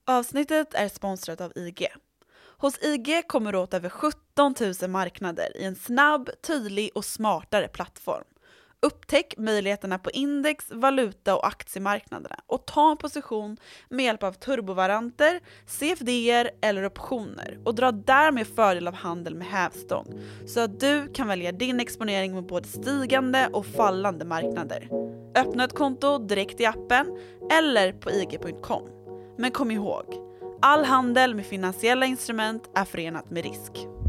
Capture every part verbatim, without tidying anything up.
Avsnittet är sponsrat av I G. Hos I G kommer du åt över sjutton tusen marknader i en snabb, tydlig och smartare plattform. Upptäck möjligheterna på index, valuta och aktiemarknaderna och ta en position med hjälp av turbovaranter, C F D:er eller optioner och dra därmed fördel av handel med hävstång så att du kan välja din exponering mot både stigande och fallande marknader. Öppna ett konto direkt i appen eller på i g punkt com. Men kom ihåg, all handel med finansiella instrument är förenat med risk.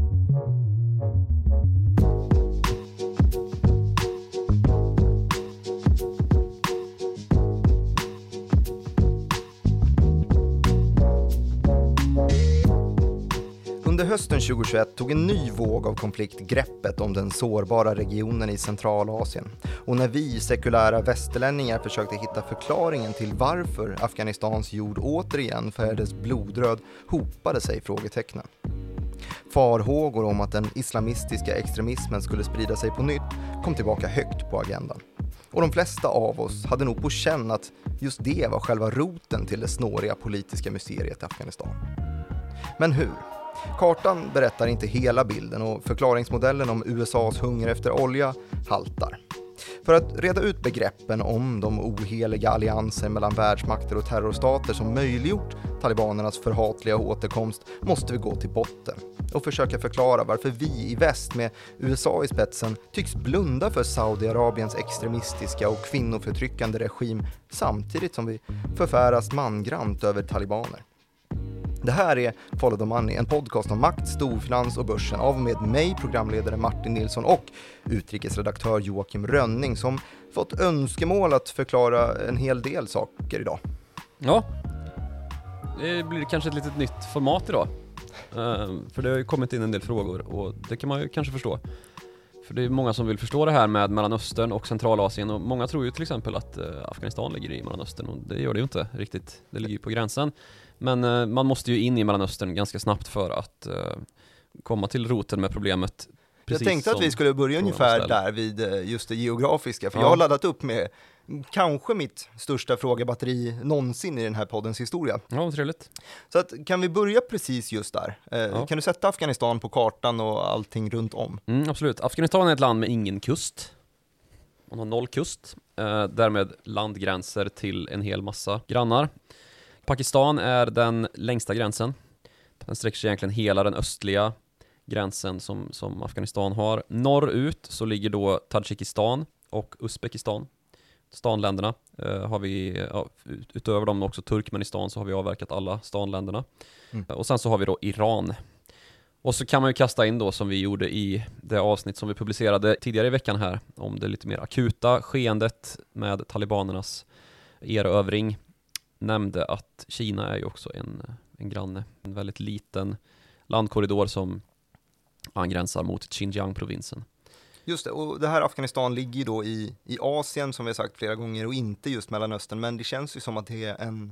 Under hösten tjugohundratjugoett tog en ny våg av konflikt greppet om den sårbara regionen i Centralasien. Och när vi sekulära västerlänningar försökte hitta förklaringen till varför Afghanistans jord återigen färgades blodröd hopade sig frågetecknen. Farhågor om att den islamistiska extremismen skulle sprida sig på nytt kom tillbaka högt på agendan. Och de flesta av oss hade nog på känn att just det var själva roten till det snåriga politiska mysteriet i Afghanistan. Men hur? Kartan berättar inte hela bilden och förklaringsmodellen om U S A:s hunger efter olja haltar. För att reda ut begreppen om de oheliga allianser mellan världsmakter och terrorstater som möjliggjort talibanernas förhatliga återkomst måste vi gå till botten och försöka förklara varför vi i väst med U S A i spetsen tycks blunda för Saudiarabiens extremistiska och kvinnoförtryckande regim samtidigt som vi förfäras mangrant över talibaner. Det här är Follow the Money, en podcast om makt, storfinans och börsen av och med mig, programledare Martin Nilsson och utrikesredaktör Joakim Rönning som fått önskemål att förklara en hel del saker idag. Ja, det blir kanske ett litet nytt format idag. Uh, för det har ju kommit in en del frågor och det kan man ju kanske förstå. För det är många som vill förstå det här med Mellanöstern och Centralasien och många tror ju till exempel att uh, Afghanistan ligger i Mellanöstern och det gör det ju inte riktigt. Det ligger ju på gränsen. Men uh, man måste ju in i Mellanöstern ganska snabbt för att uh, komma till roten med problemet. Jag tänkte att vi skulle börja ungefär där vid just det geografiska. För ja. Jag har laddat upp med kanske mitt största frågebatteri någonsin i den här poddens historia. Ja, trevligt. Så att, kan vi börja precis just där? Eh, ja. Kan du sätta Afghanistan på kartan och allting runt om? Mm, absolut. Afghanistan är ett land med ingen kust. Man har noll kust. Eh, därmed landgränser till en hel massa grannar. Pakistan är den längsta gränsen. Den sträcker sig egentligen hela den östliga gränsen som, som Afghanistan har. Norrut så ligger då Tadzjikistan och Uzbekistan. Stanländerna eh, har vi, ja, utöver dem också Turkmenistan så har vi avverkat alla stanländerna. Mm. Och sen så har vi då Iran. Och så kan man ju kasta in då som vi gjorde i det avsnitt som vi publicerade tidigare i veckan här om det lite mer akuta skeendet med talibanernas erövring. Nämnde att Kina är ju också en, en granne, en väldigt liten landkorridor som angränsar mot Xinjiang-provinsen. Just det, och det här Afghanistan ligger då i, i Asien som vi har sagt flera gånger och inte just Mellanöstern, men det känns ju som att det är en,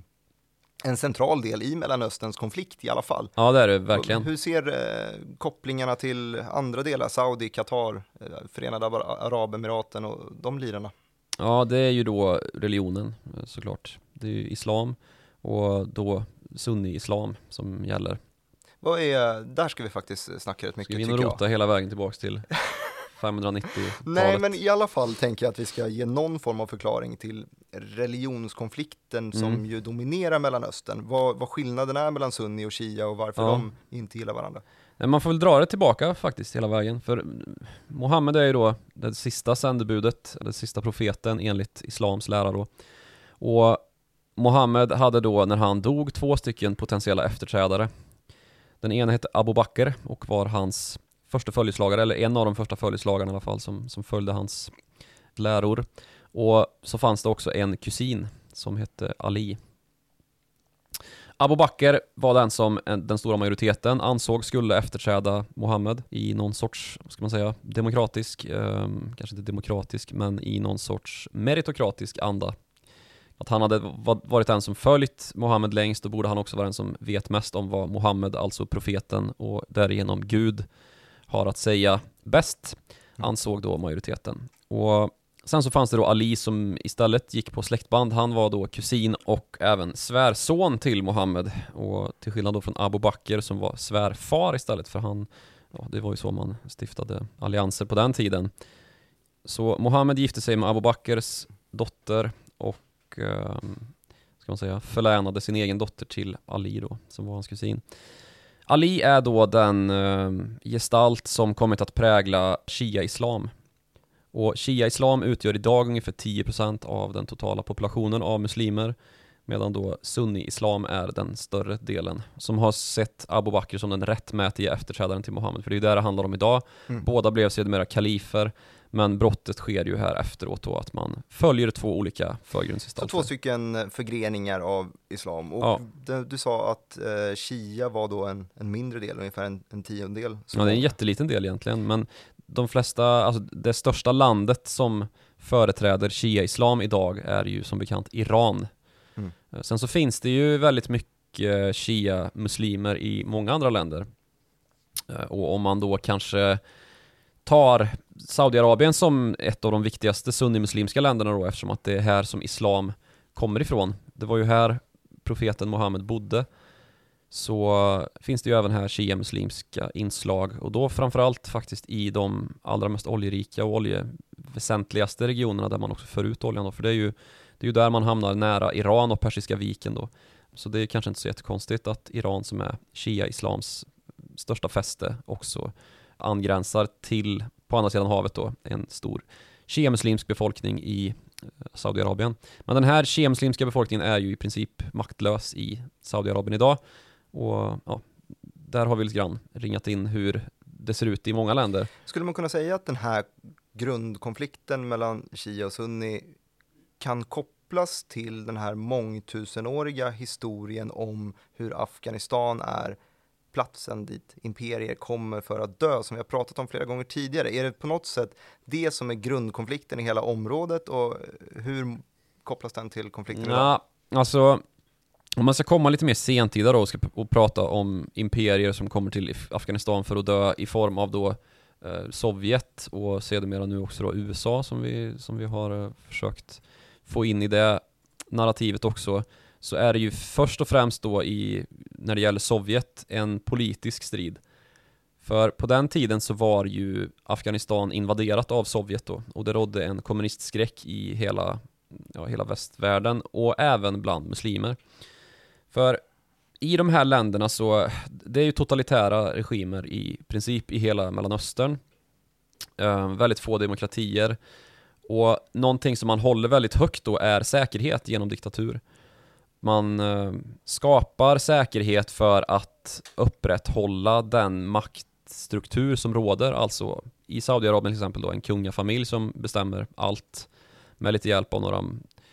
en central del i Mellanösterns konflikt i alla fall. Ja, det är det verkligen. Och hur ser eh, kopplingarna till andra delar, Saudi, Qatar, eh, Förenade Arabemiraten och de lirarna? Ja, det är ju då religionen såklart. Det är ju islam och då sunni-islam som gäller. Vad är, där ska vi faktiskt snacka rätt mycket, tycker jag. Ska vi nog rota hela vägen tillbaka till femhundranittio-talet? Nej, men i alla fall tänker jag att vi ska ge någon form av förklaring till religionskonflikten som mm. ju dominerar Mellanöstern. Vad, vad skillnaden är mellan sunni och shia och varför ja. de inte gillar varandra. Nej, man får väl dra det tillbaka faktiskt hela vägen. För Mohammed är ju då det sista sändebudet, den sista profeten enligt islams lära då. Och Mohammed hade då när han dog två stycken potentiella efterträdare. Den ena hette Abu Bakr och var hans första följeslagare, eller en av de första följeslagarna i alla fall som, som följde hans läror. Och så fanns det också en kusin som hette Ali. Abu Bakr var den som den stora majoriteten ansåg skulle efterträda Mohammed i någon sorts, ska man säga, demokratisk, eh, kanske inte demokratisk, men i någon sorts meritokratisk anda. Att han hade varit den som följt Mohammed längst, då borde han också vara den som vet mest om vad Mohammed, alltså profeten och därigenom Gud, har att säga bäst, ansåg då majoriteten. Och Sen så fanns det då Ali som istället gick på släktband. Han var då kusin och även svärson till Mohammed. Och till skillnad då från Abu Bakr som var svärfar istället, för han, ja, det var ju så man stiftade allianser på den tiden. Så Mohammed gifte sig med Abu Bakrs dotter och eh, ska man säga, förlänade sin egen dotter till Ali då, som var hans kusin. Ali är då den eh, gestalt som kommit att prägla Shia-islam. Och Shia-islam utgör idag ungefär tio procent av den totala populationen av muslimer, medan då Sunni-islam är den större delen, som har sett Abu Bakr som den rättmätiga efterträdaren till Mohammed. För det är ju det det handlar om idag. Mm. Båda blev sedermera kalifer, men brottet sker ju här efteråt då, att man följer två olika förgrundsgestalter. Så två stycken förgreningar av islam. Och ja. du, du sa att eh, Shia var då en, en mindre del, ungefär en, en tiondel. Så ja, det är en jätteliten del egentligen, men de flesta, alltså det största landet som företräder Shia-islam idag är ju som bekant Iran. Mm. Sen så finns det ju väldigt mycket Shia-muslimer i många andra länder. Och om man då kanske tar Saudiarabien som ett av de viktigaste sunnimuslimska länderna då, eftersom att det är här som islam kommer ifrån. Det var ju här profeten Mohammed bodde. Så finns det ju även här shia-muslimska inslag, och då framförallt faktiskt i de allra mest oljerika och oljeväsentligaste regionerna där man också för ut oljan då, för det är ju, det är ju där man hamnar nära Iran och Persiska viken då. Så det är kanske inte så jättekonstigt att Iran, som är shia-islams största fäste, också angränsar till, på andra sidan havet då, en stor shia-muslimsk befolkning i Saudiarabien. Men den här shia-muslimska befolkningen är ju i princip maktlös i Saudiarabien idag. Och ja, där har vi lite grann ringat in hur det ser ut i många länder. Skulle man kunna säga att den här grundkonflikten mellan Shia och Sunni kan kopplas till den här mångtusenåriga historien om hur Afghanistan är platsen dit imperier kommer för att dö, som vi har pratat om flera gånger tidigare? Är det på något sätt det som är grundkonflikten i hela området, och hur kopplas den till konflikten idag? Ja, alltså om man ska komma lite mer sentida då och, ska, och prata om imperier som kommer till Afghanistan för att dö i form av då eh, Sovjet och sedermera nu också då U S A, som vi, som vi har eh, försökt få in i det narrativet också, så är det ju först och främst då i, när det gäller Sovjet, en politisk strid. För på den tiden så var ju Afghanistan invaderat av Sovjet då, och det rådde en kommunistskräck i hela, ja, hela västvärlden och även bland muslimer. För i de här länderna så, det är ju totalitära regimer i princip i hela Mellanöstern. Eh, väldigt få demokratier. Och någonting som man håller väldigt högt då är säkerhet genom diktatur. Man eh, skapar säkerhet för att upprätthålla den maktstruktur som råder. Alltså i Saudiarabien till exempel då, en kungafamilj som bestämmer allt med lite hjälp av några,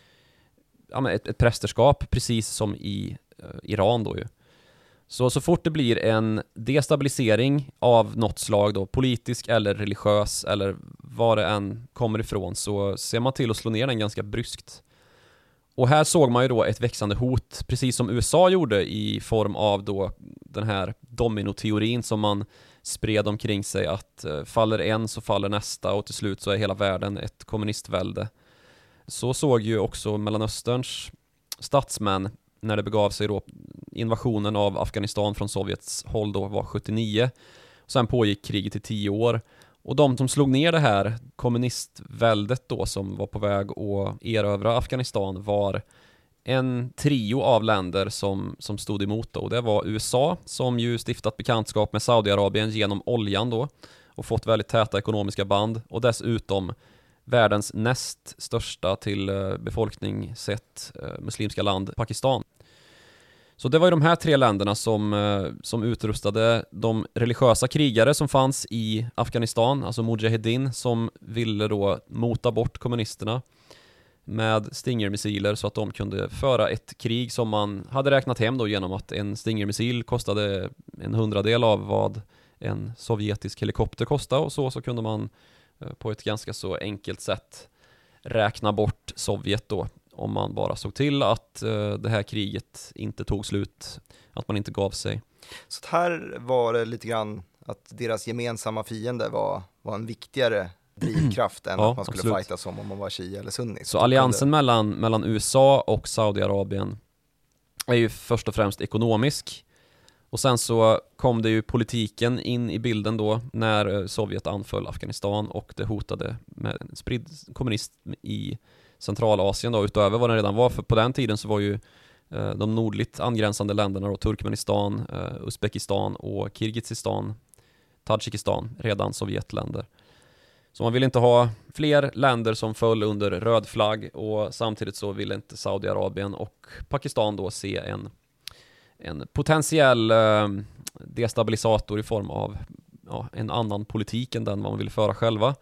ja, men ett, ett prästerskap, precis som i eh, Iran då ju. Så, så fort det blir en destabilisering av något slag då, politisk eller religiös eller vad det än kommer ifrån, så ser man till att slå ner den ganska bryskt. Och här såg man ju då ett växande hot, precis som U S A gjorde, i form av då den här dominoteorin som man spred omkring sig, att eh, faller en så faller nästa och till slut så är hela världen ett kommunistvälde. Så såg ju också Mellanösterns statsmän när det begav sig då. Invasionen av Afghanistan från Sovjets håll då var sjuttionio. Och sen pågick kriget i tio år. Och de som slog ner det här kommunistväldet då, som var på väg att erövra Afghanistan, var en trio av länder som, som stod emot då. Och det var U S A, som ju stiftat bekantskap med Saudiarabien genom oljan då och fått väldigt täta ekonomiska band, och dessutom världens näst största till befolkning sett muslimska land, Pakistan. Så det var ju de här tre länderna som, som utrustade de religiösa krigare som fanns i Afghanistan, alltså Mujahedin, som ville då mota bort kommunisterna med Stinger-missiler så att de kunde föra ett krig som man hade räknat hem då, genom att en Stinger-missil kostade en hundradel av vad en sovjetisk helikopter kostade, och så, så kunde man på ett ganska så enkelt sätt räkna bort Sovjet då, om man bara såg till att uh, det här kriget inte tog slut, att man inte gav sig. Så här var det lite grann att deras gemensamma fiende var, var en viktigare drivkraft än Ja, att man skulle absolut. fighta som om man var shia eller sunni. Så alliansen mellan, mellan U S A och Saudiarabien är ju först och främst ekonomisk. Och sen så kom det ju politiken in i bilden då när Sovjet anföll Afghanistan och det hotade med en spridd kommunism i Centralasien då, utöver vad det redan var. För på den tiden så var ju eh, de nordligt angränsande länderna då, Turkmenistan, eh, Uzbekistan och Kirgizistan, Tadzjikistan, redan Sovjetländer. Så man vill inte ha fler länder som föll under röd flagg, och samtidigt så ville inte Saudiarabien och Pakistan då se en, en potentiell eh, destabilisator i form av ja, en annan politik än den man ville föra själva.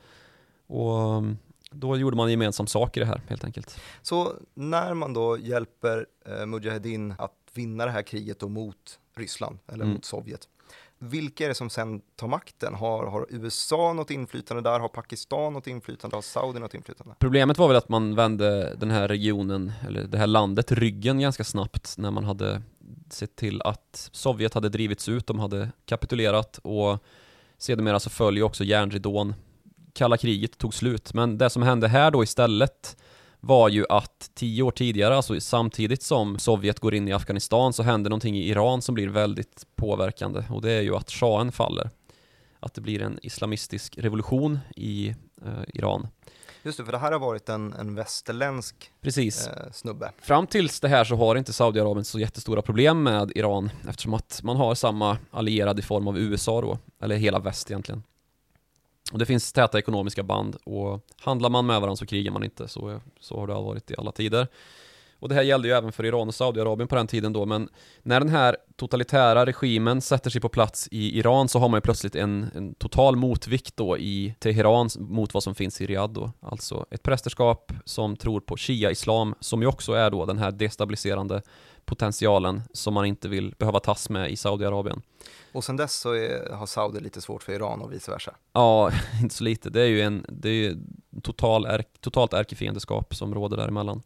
Och då gjorde man gemensam sak i det här helt enkelt. Så när man då hjälper eh, Mujahedin att vinna det här kriget då mot Ryssland eller Mm. mot Sovjet, vilka är det som sen tar makten? Har, har U S A något inflytande där? Har Pakistan något inflytande? Har Saudi något inflytande? Problemet var väl att man vände den här regionen, eller det här landet, ryggen ganska snabbt när man hade sett till att Sovjet hade drivits ut, de hade kapitulerat, och sedermera så följer också järnridån. Kalla kriget tog slut, men det som hände här då istället var ju att tio år tidigare, alltså samtidigt som Sovjet går in i Afghanistan, så händer någonting i Iran som blir väldigt påverkande, och det är ju att shahen faller. Att det blir en islamistisk revolution i eh, Iran. Just det, för det här har varit en, en västerländsk Precis. eh, snubbe. Fram tills det här så har inte Saudiarabien så jättestora problem med Iran, eftersom att man har samma allierad i form av U S A då, eller hela väst egentligen. Och det finns täta ekonomiska band, och handlar man med varandra så krigar man inte, så, så har det varit i alla tider. Och det här gällde ju även för Iran och Saudiarabien på den tiden då, men när den här totalitära regimen sätter sig på plats i Iran så har man ju plötsligt en, en total motvikt då i Teheran mot vad som finns i Riyadh då. Alltså ett prästerskap som tror på Shia-islam, som ju också är då den här destabiliserande potentialen som man inte vill behöva tas med i Saudiarabien. Och sen dess så är, har Saudi lite svårt för Iran och vice versa. Ja, inte så lite. Det är ju en det är ju total är, totalt ärkefiendeskap som råder däremellan.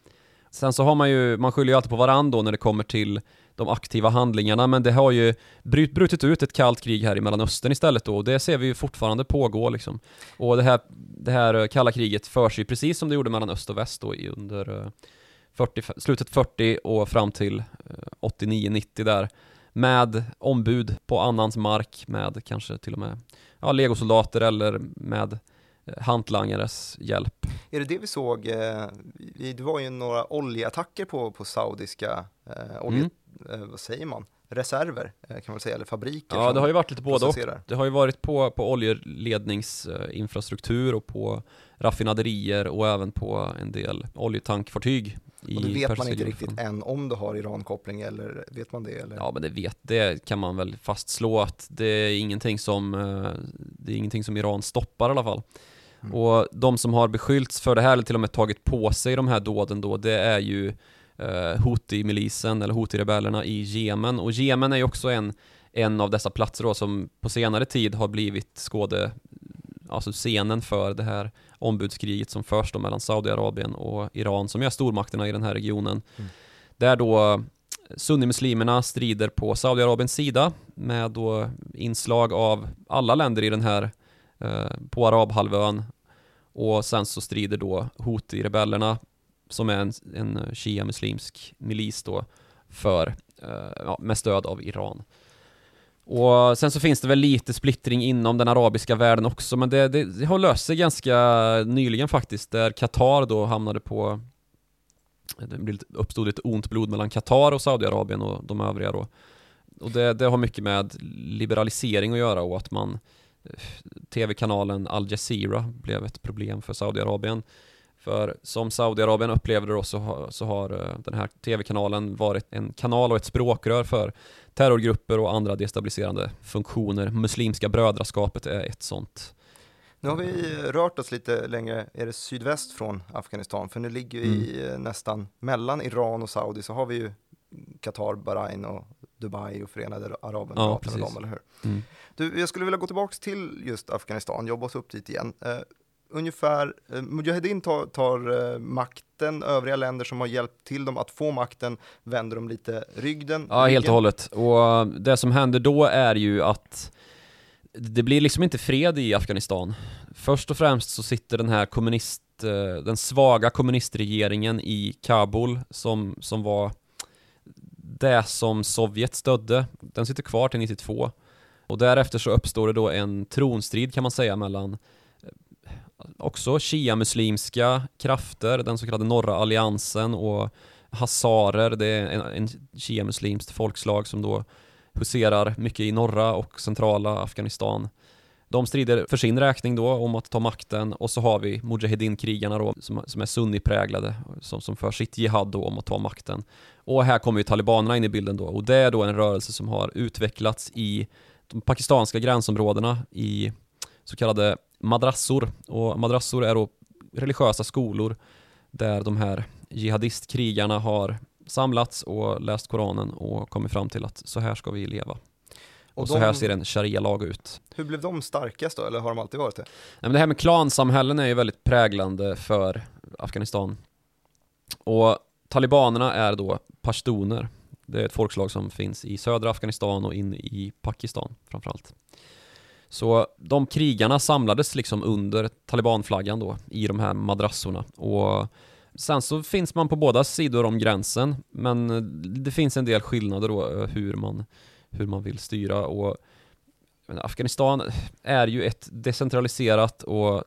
Sen så har man ju, man skyller ju alltid på varandra då när det kommer till de aktiva handlingarna, men det har ju brut, brutit ut ett kallt krig här i Mellanöstern istället då, och det ser vi ju fortfarande pågå liksom. Och det här, det här kalla kriget förs ju precis som det gjorde mellan öst och väst då i under fyrtio, slutet fyrtio och fram till åttionio nittio där, med ombud på annans mark, med kanske till och med ja, legosoldater eller med hantlangares hjälp. Är det det vi såg? Eh, det var ju några oljeattacker på, på saudiska eh, olje, mm. eh, vad säger man? reserver eh, kan man säga, eller fabriker. Ja, det har ju varit lite både och. processerar. Det har ju varit på, på oljeledningsinfrastruktur och på raffinaderier och även på en del oljetankfartyg. I Och det vet man inte Persien. riktigt än om det har Iran-koppling, eller vet man det? Eller? Ja, men det vet det kan man väl fastslå att det är ingenting som det är ingenting som Iran stoppar i alla fall. Mm. Och de som har beskyllts för det här, eller till och med tagit på sig de här dåden då, det är ju eh, Houthi-milisen eller Houthi-rebellerna i Jemen. Och Jemen är ju också en, en av dessa platser då som på senare tid har blivit skåde, alltså scenen för det här ombudskriget som förs då mellan Saudiarabien och Iran, som är stormakterna i den här regionen. Mm. Där då sunnimuslimerna strider på Saudiarabiens sida med då inslag av alla länder i den här eh, på Arabhalvön, och sen så strider då Houthi-rebellerna som är en, en shia-muslimsk milis då för, eh, ja, med stöd av Iran. Och sen så finns det väl lite splittring inom den arabiska världen också, men det, det, det har löst sig ganska nyligen faktiskt, där Qatar då hamnade på, det uppstod ett ont blod mellan Qatar och Saudiarabien och de övriga då. Och det, det har mycket med liberalisering att göra, och att man tv-kanalen Al Jazeera blev ett problem för Saudiarabien. För som Saudiarabien upplevde det då, så har, så har den här tv-kanalen varit en kanal och ett språkrör för terrorgrupper och andra destabiliserande funktioner. Muslimska brödraskapet är ett sånt. Nu har vi rört oss lite längre, är det sydväst från Afghanistan, för nu ligger vi mm. nästan mellan Iran och Saudi, så har vi ju Qatar, Bahrain och Dubai och Förenade Arabemiraten, ja, och dem, eller hur? Mm. Du, jag skulle vilja gå tillbaka till just Afghanistan, jobba oss upp dit igen. Uh, ungefär, uh, Mujahedin tar, tar uh, makten, övriga länder som har hjälpt till dem att få makten vänder de lite ryggen. Ja, helt och hållet. Och det som händer då är ju att det blir liksom inte fred i Afghanistan. Först och främst så sitter den här kommunist, den svaga kommunistregeringen i Kabul som, som var det som Sovjet stödde. Den sitter kvar till nittiotvå. Och därefter så uppstår det då en tronstrid kan man säga mellan också shia-muslimska krafter, den så kallade norra alliansen, och hazarer, det är en, en shia-muslimskt folkslag som då huserar mycket i norra och centrala Afghanistan. De strider för sin räkning då om att ta makten, och så har vi Mujahedin-krigarna då, som, som är sunni-präglade, som, som för sitt jihad då om att ta makten. Och här kommer ju talibanerna in i bilden då, och det är då en rörelse som har utvecklats i de pakistanska gränsområdena i så kallade madrassor. Och madrassor är då religiösa skolor där de här jihadistkrigarna har samlats och läst Koranen och kommit fram till att så här ska vi leva. Och, och så de, här ser en sharia-lag ut. Hur blev de starkast då, eller har de alltid varit det? Nej, men det här med klansamhällen är ju väldigt präglande för Afghanistan. Och talibanerna är då pashtuner. Det är ett folkslag som finns i södra Afghanistan och in i Pakistan framförallt. Så de krigarna samlades liksom under talibanflaggan då i de här madrassorna. Och sen så finns man på båda sidor om gränsen, men det finns en del skillnader då hur man, hur man vill styra. Och Afghanistan är ju ett decentraliserat och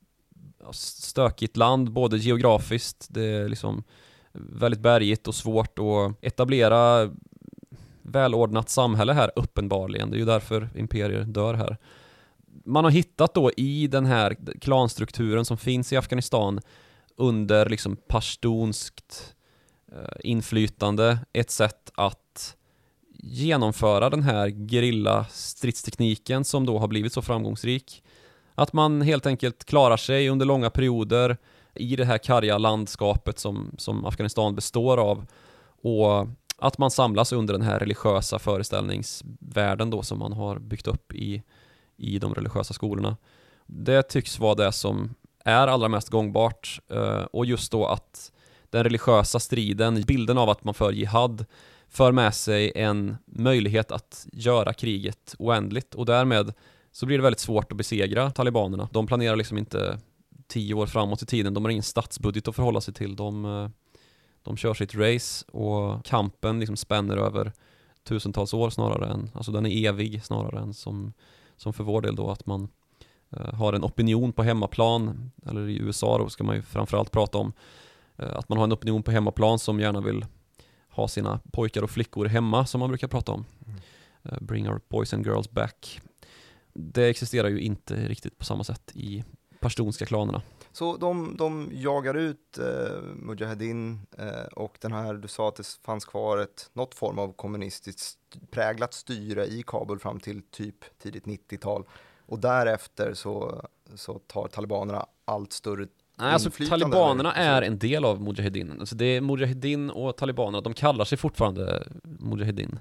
stökigt land, både geografiskt, det är liksom väldigt bergigt och svårt att etablera välordnat samhälle här uppenbarligen. Det är ju därför imperier dör här. Man har hittat då i den här klanstrukturen som finns i Afghanistan under liksom pashtunskt eh, inflytande ett sätt att genomföra den här gerilla stridstekniken som då har blivit så framgångsrik. Att man helt enkelt klarar sig under långa perioder i det här karga landskapet som, som Afghanistan består av, och att man samlas under den här religiösa föreställningsvärlden då som man har byggt upp i, i de religiösa skolorna. Det tycks vara det som är allra mest gångbart, och just då att den religiösa striden, bilden av att man för jihad, för med sig en möjlighet att göra kriget oändligt, och därmed så blir det väldigt svårt att besegra talibanerna. De planerar liksom inte tio år framåt i tiden, de har ingen statsbudget att förhålla sig till. De, de kör sitt race, och kampen liksom spänner över tusentals år snarare än, alltså den är evig snarare än som, som för vår del då att man uh, har en opinion på hemmaplan, eller i U S A då ska man ju framförallt prata om uh, att man har en opinion på hemmaplan som gärna vill ha sina pojkar och flickor hemma, som man brukar prata om. Mm. Uh, bring our boys and girls back. Det existerar ju inte riktigt på samma sätt i pashtunska klanerna. Så de, de jagar ut eh, Mujahedin eh, och den här, du sa att det fanns kvar ett, något form av kommunistiskt präglat styre i Kabul fram till typ tidigt nittiotal. Och därefter så, så tar talibanerna allt större Nej, alltså talibanerna eller? är en del av Mujahedin. Alltså det är Mujahedin och talibanerna, de kallar sig fortfarande Mujahedin.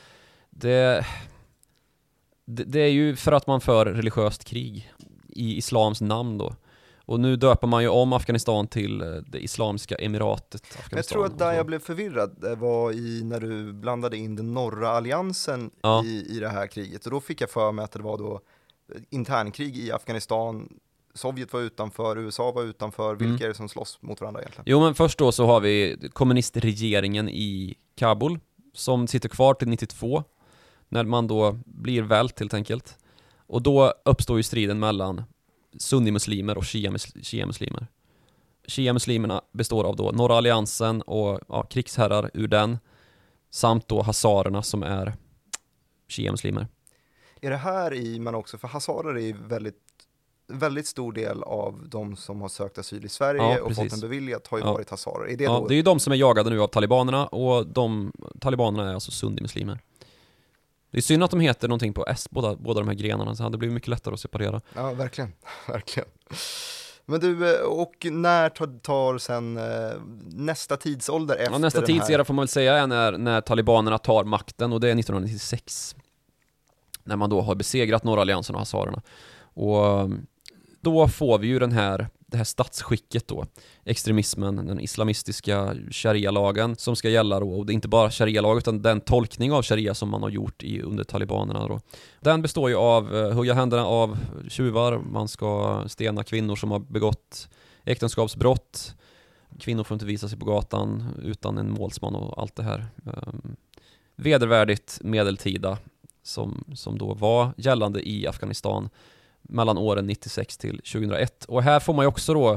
Det, det, det är ju för att man för religiöst krig i islams namn då. Och nu döper man ju om Afghanistan till det islamiska emiratet Afghanistan. Jag tror att där jag blev förvirrad var i när du blandade in den norra alliansen ja. i, i det här kriget. Och då fick jag för mig att det var då internkrig i Afghanistan. Sovjet var utanför, U S A var utanför. Vilka mm. är det som slåss mot varandra egentligen? Jo, men först då så har vi kommunistregeringen i Kabul som sitter kvar till nittiotvå. När man då blir vält helt enkelt. Och då uppstår ju striden mellan sunnimuslimer och shia-muslimer. Shia-muslimerna består av då norra alliansen och ja, krigsherrar ur den, samt då hazarerna som är shia-muslimer. Är det här i, men också för hazarer är väldigt väldigt stor del av de som har sökt asyl i Sverige ja, och fått en beviljat har ju ja. varit hazarer. Är det, ja, då... det är ju de som är jagade nu av talibanerna, och de talibanerna är alltså sunni-muslimer. Det är synd att de heter någonting på S, båda, båda de här grenarna, så hade det blivit mycket lättare att separera. Ja, verkligen. verkligen. Men du, och när tar, tar sen nästa tidsålder efter ja, nästa den här... tidsera får man väl säga är när, när talibanerna tar makten, och det är nittonhundranittiosex. När man då har besegrat norra alliansen och hazarerna. Och då får vi ju den här det här statsskicket då, extremismen, den islamistiska sharia-lagen som ska gälla då, och det är inte bara sharia-lag utan den tolkning av sharia som man har gjort i, under talibanerna då. Den består ju av eh, hugga händerna av tjuvar, man ska stena kvinnor som har begått äktenskapsbrott, kvinnor får inte visa sig på gatan utan en målsman och allt det här. Um, vedervärdigt medeltida som, som då var gällande i Afghanistan mellan åren nittiosex till tjugohundraett. Och här får man ju också då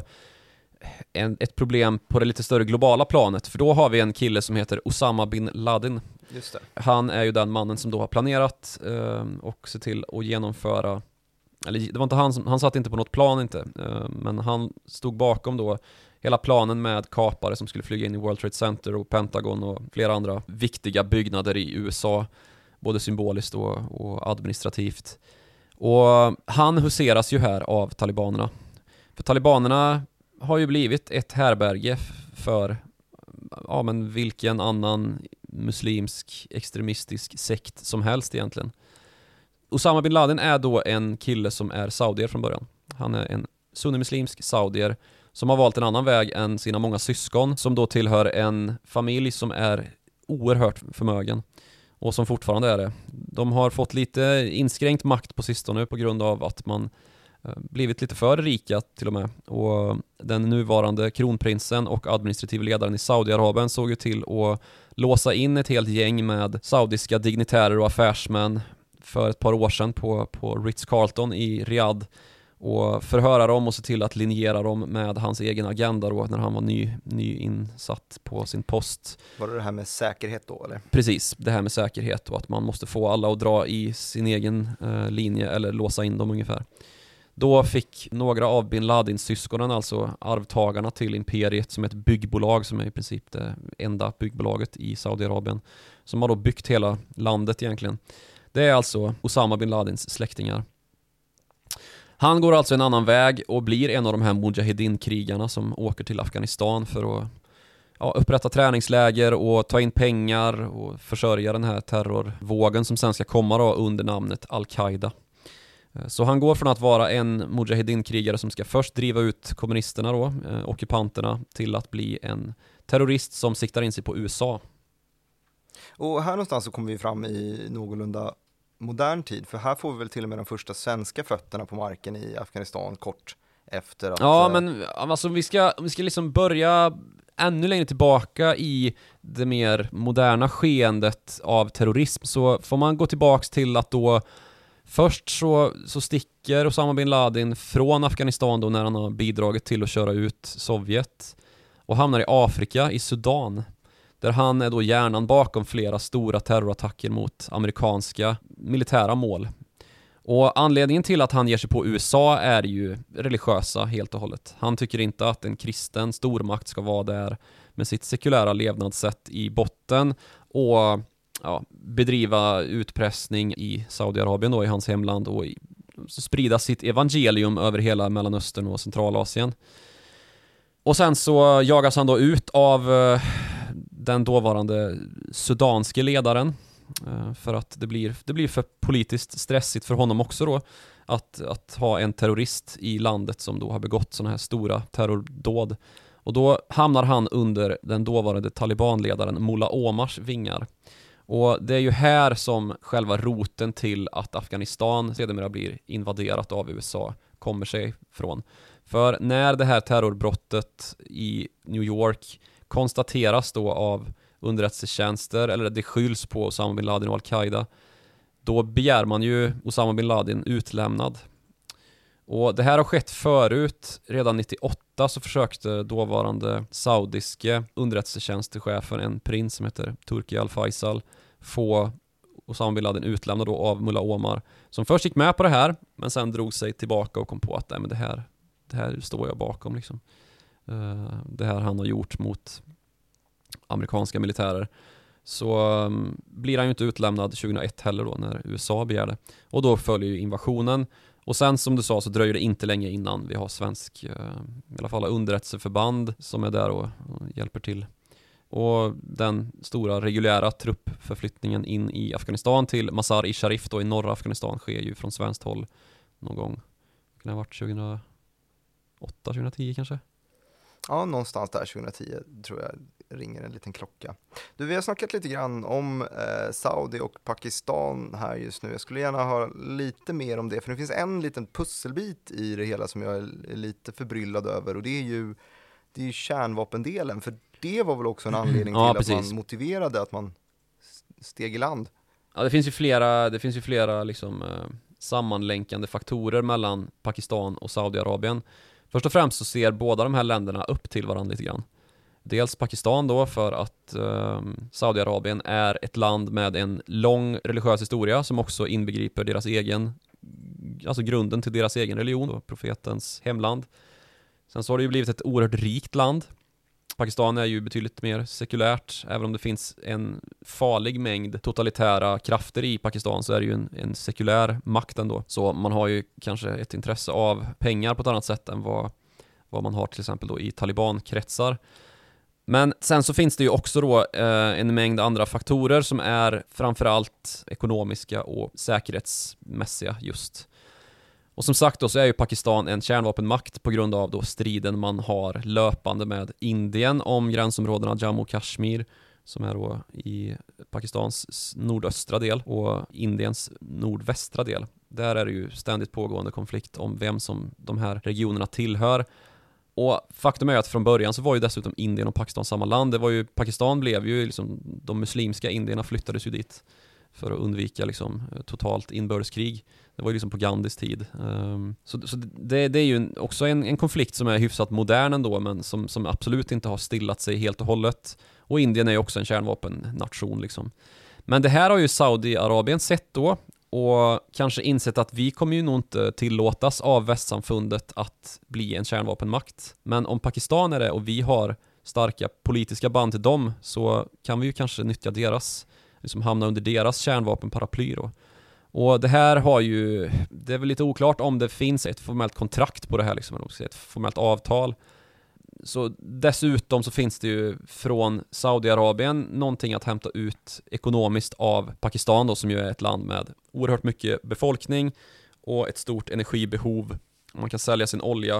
en, ett problem på det lite större globala planet, för då har vi en kille som heter Osama bin Laden. Just det. Han är ju den mannen som då har planerat eh, och se till att genomföra, eller det var inte han som, han satt inte på något plan inte, eh, men han stod bakom då hela planen med kapare som skulle flyga in i World Trade Center och Pentagon och flera andra viktiga byggnader i U S A, både symboliskt och, och administrativt. Och han huseras ju här av talibanerna. För talibanerna har ju blivit ett härberge för ja, men vilken annan muslimsk extremistisk sekt som helst egentligen. Osama bin Laden är då en kille som är saudier från början. Han är en sunnimuslimsk saudier som har valt en annan väg än sina många syskon, som då tillhör en familj som är oerhört förmögen och som fortfarande är det. De har fått lite inskränkt makt på sistone på grund av att man blivit lite för rika till och med. Och den nuvarande kronprinsen och administrativ ledaren i Saudiarabien såg ju till att låsa in ett helt gäng med saudiska dignitärer och affärsmän för ett par år sedan på, på Ritz-Carlton i Riyadh och förhöra dem och se till att linjera dem med hans egen agenda då, när han var ny, ny insatt på sin post. Var det det här med säkerhet då eller? Precis, det här med säkerhet och att man måste få alla att dra i sin egen eh, linje eller låsa in dem ungefär. Då fick några av bin Ladins syskonen, alltså arvtagarna till imperiet, som ett byggbolag som är i princip det enda byggbolaget i Saudiarabien, som har då byggt hela landet egentligen. Det är alltså Osama bin Ladins släktingar. Han går alltså en annan väg och blir en av de här mujahedin-krigarna som åker till Afghanistan för att ja, upprätta träningsläger och ta in pengar och försörja den här terrorvågen som sen ska komma då under namnet Al-Qaida. Så han går från att vara en mujahedin-krigare som ska först driva ut kommunisterna då, eh, ockupanterna, till att bli en terrorist som siktar in sig på U S A. Och här någonstans så kommer vi fram i någorlunda modern tid, för här får vi väl till och med de första svenska fötterna på marken i Afghanistan kort efter att... Ja, men alltså vi ska, vi ska liksom börja ännu längre tillbaka i det mer moderna skeendet av terrorism, så får man gå tillbaks till att då först så, så sticker Osama bin Laden från Afghanistan då när han har bidragit till att köra ut Sovjet och hamnar i Afrika, i Sudan, där han är då hjärnan bakom flera stora terrorattacker mot amerikanska militära mål. Och anledningen till att han ger sig på U S A är ju religiösa helt och hållet. Han tycker inte att en kristen stormakt ska vara där med sitt sekulära levnadssätt i botten och ja, bedriva utpressning i Saudiarabien då, i hans hemland, och i, sprida sitt evangelium över hela Mellanöstern och Centralasien. Och sen så jagas han då ut av uh, den dåvarande sudanske ledaren uh, för att det blir, det blir för politiskt stressigt för honom också då att, att ha en terrorist i landet som då har begått sådana här stora terrordåd. Och då hamnar han under den dåvarande talibanledaren Mullah Omars vingar. Och det är ju här som själva roten till att Afghanistan sedermera blir invaderat av U S A kommer sig från. För när det här terrorbrottet i New York konstateras då av underrättelsetjänster, eller det skylls på Osama bin Laden och Al-Qaida, då begär man ju Osama bin Laden utlämnad. Och det här har skett förut. Redan nittioåtta så försökte dåvarande saudiske underrättelsetjänstechefen, en prins som heter Turki Al-Faisal, få Osama bin Laden utlämnad då av Mullah Omar, som först gick med på det här men sen drog sig tillbaka och kom på att nej, men det här det här står jag bakom liksom. Uh, det här han har gjort mot amerikanska militärer. Så um, blir han ju inte utlämnad tjugohundraett heller då när U S A begärde. Och då följer ju invasionen. Och sen som du sa så dröjer det inte länge innan vi har svensk, uh, i alla fall underrättelseförband som är där och, och hjälper till. Och den stora reguljära truppförflyttningen in i Afghanistan till Mazar-i-Sharif då i norra Afghanistan sker ju från svenskt håll någon gång. Det kan ha varit tjugohundraåtta åtta, tjugohundratio kanske. Ja, någonstans där tjugohundratio tror jag ringer en liten klocka. Du, vi har snackat lite grann om eh, Saudi och Pakistan här just nu. Jag skulle gärna ha lite mer om det, för det finns en liten pusselbit i det hela som jag är lite förbryllad över, och det är ju, det är ju kärnvapendelen, för det var väl också en anledning till ja, att precis. man motiverade att man steg i land. Ja, det finns ju flera, det finns ju flera liksom, eh, sammanlänkande faktorer mellan Pakistan och Saudiarabien. Först och främst så ser båda de här länderna upp till varandra lite grann. Dels Pakistan då för att eh, Saudiarabien är ett land med en lång religiös historia som också inbegriper deras egen, alltså grunden till deras egen religion, då, profetens hemland. Sen så har det ju blivit ett oerhört rikt land. Pakistan är ju betydligt mer sekulärt, även om det finns en farlig mängd totalitära krafter i Pakistan så är det ju en, en sekulär makt ändå. Så man har ju kanske ett intresse av pengar på ett annat sätt än vad, vad man har till exempel då i talibankretsar. Men sen så finns det ju också då eh, en mängd andra faktorer som är framförallt ekonomiska och säkerhetsmässiga just. Och som sagt då så är ju Pakistan en kärnvapenmakt på grund av då striden man har löpande med Indien om gränsområdena Jammu och Kashmir som är då i Pakistans nordöstra del och Indiens nordvästra del. Där är det ju ständigt pågående konflikt om vem som de här regionerna tillhör. Och faktum är att från början så var ju dessutom Indien och Pakistan samma land. Det var ju, Pakistan blev ju liksom, de muslimska indierna flyttades ju dit för att undvika liksom totalt inbördeskrig. Det var ju liksom på Gandhis tid. Um, så så det, det är ju en, också en, en konflikt som är hyfsat modern ändå, men som, som absolut inte har stillat sig helt och hållet. Och Indien är ju också en kärnvapennation liksom. Men det här har ju Saudiarabien sett då och kanske insett att vi kommer ju nog inte tillåtas av västsamfundet att bli en kärnvapenmakt. Men om Pakistan är det och vi har starka politiska band till dem så kan vi ju kanske nyttja deras, liksom hamna under deras kärnvapenparaply då. Och det här har ju, det är väl lite oklart om det finns ett formellt kontrakt på det här liksom, ett formellt avtal. Så dessutom så finns det ju från Saudiarabien någonting att hämta ut ekonomiskt av Pakistan då, som ju är ett land med oerhört mycket befolkning och ett stort energibehov. Man kan sälja sin olja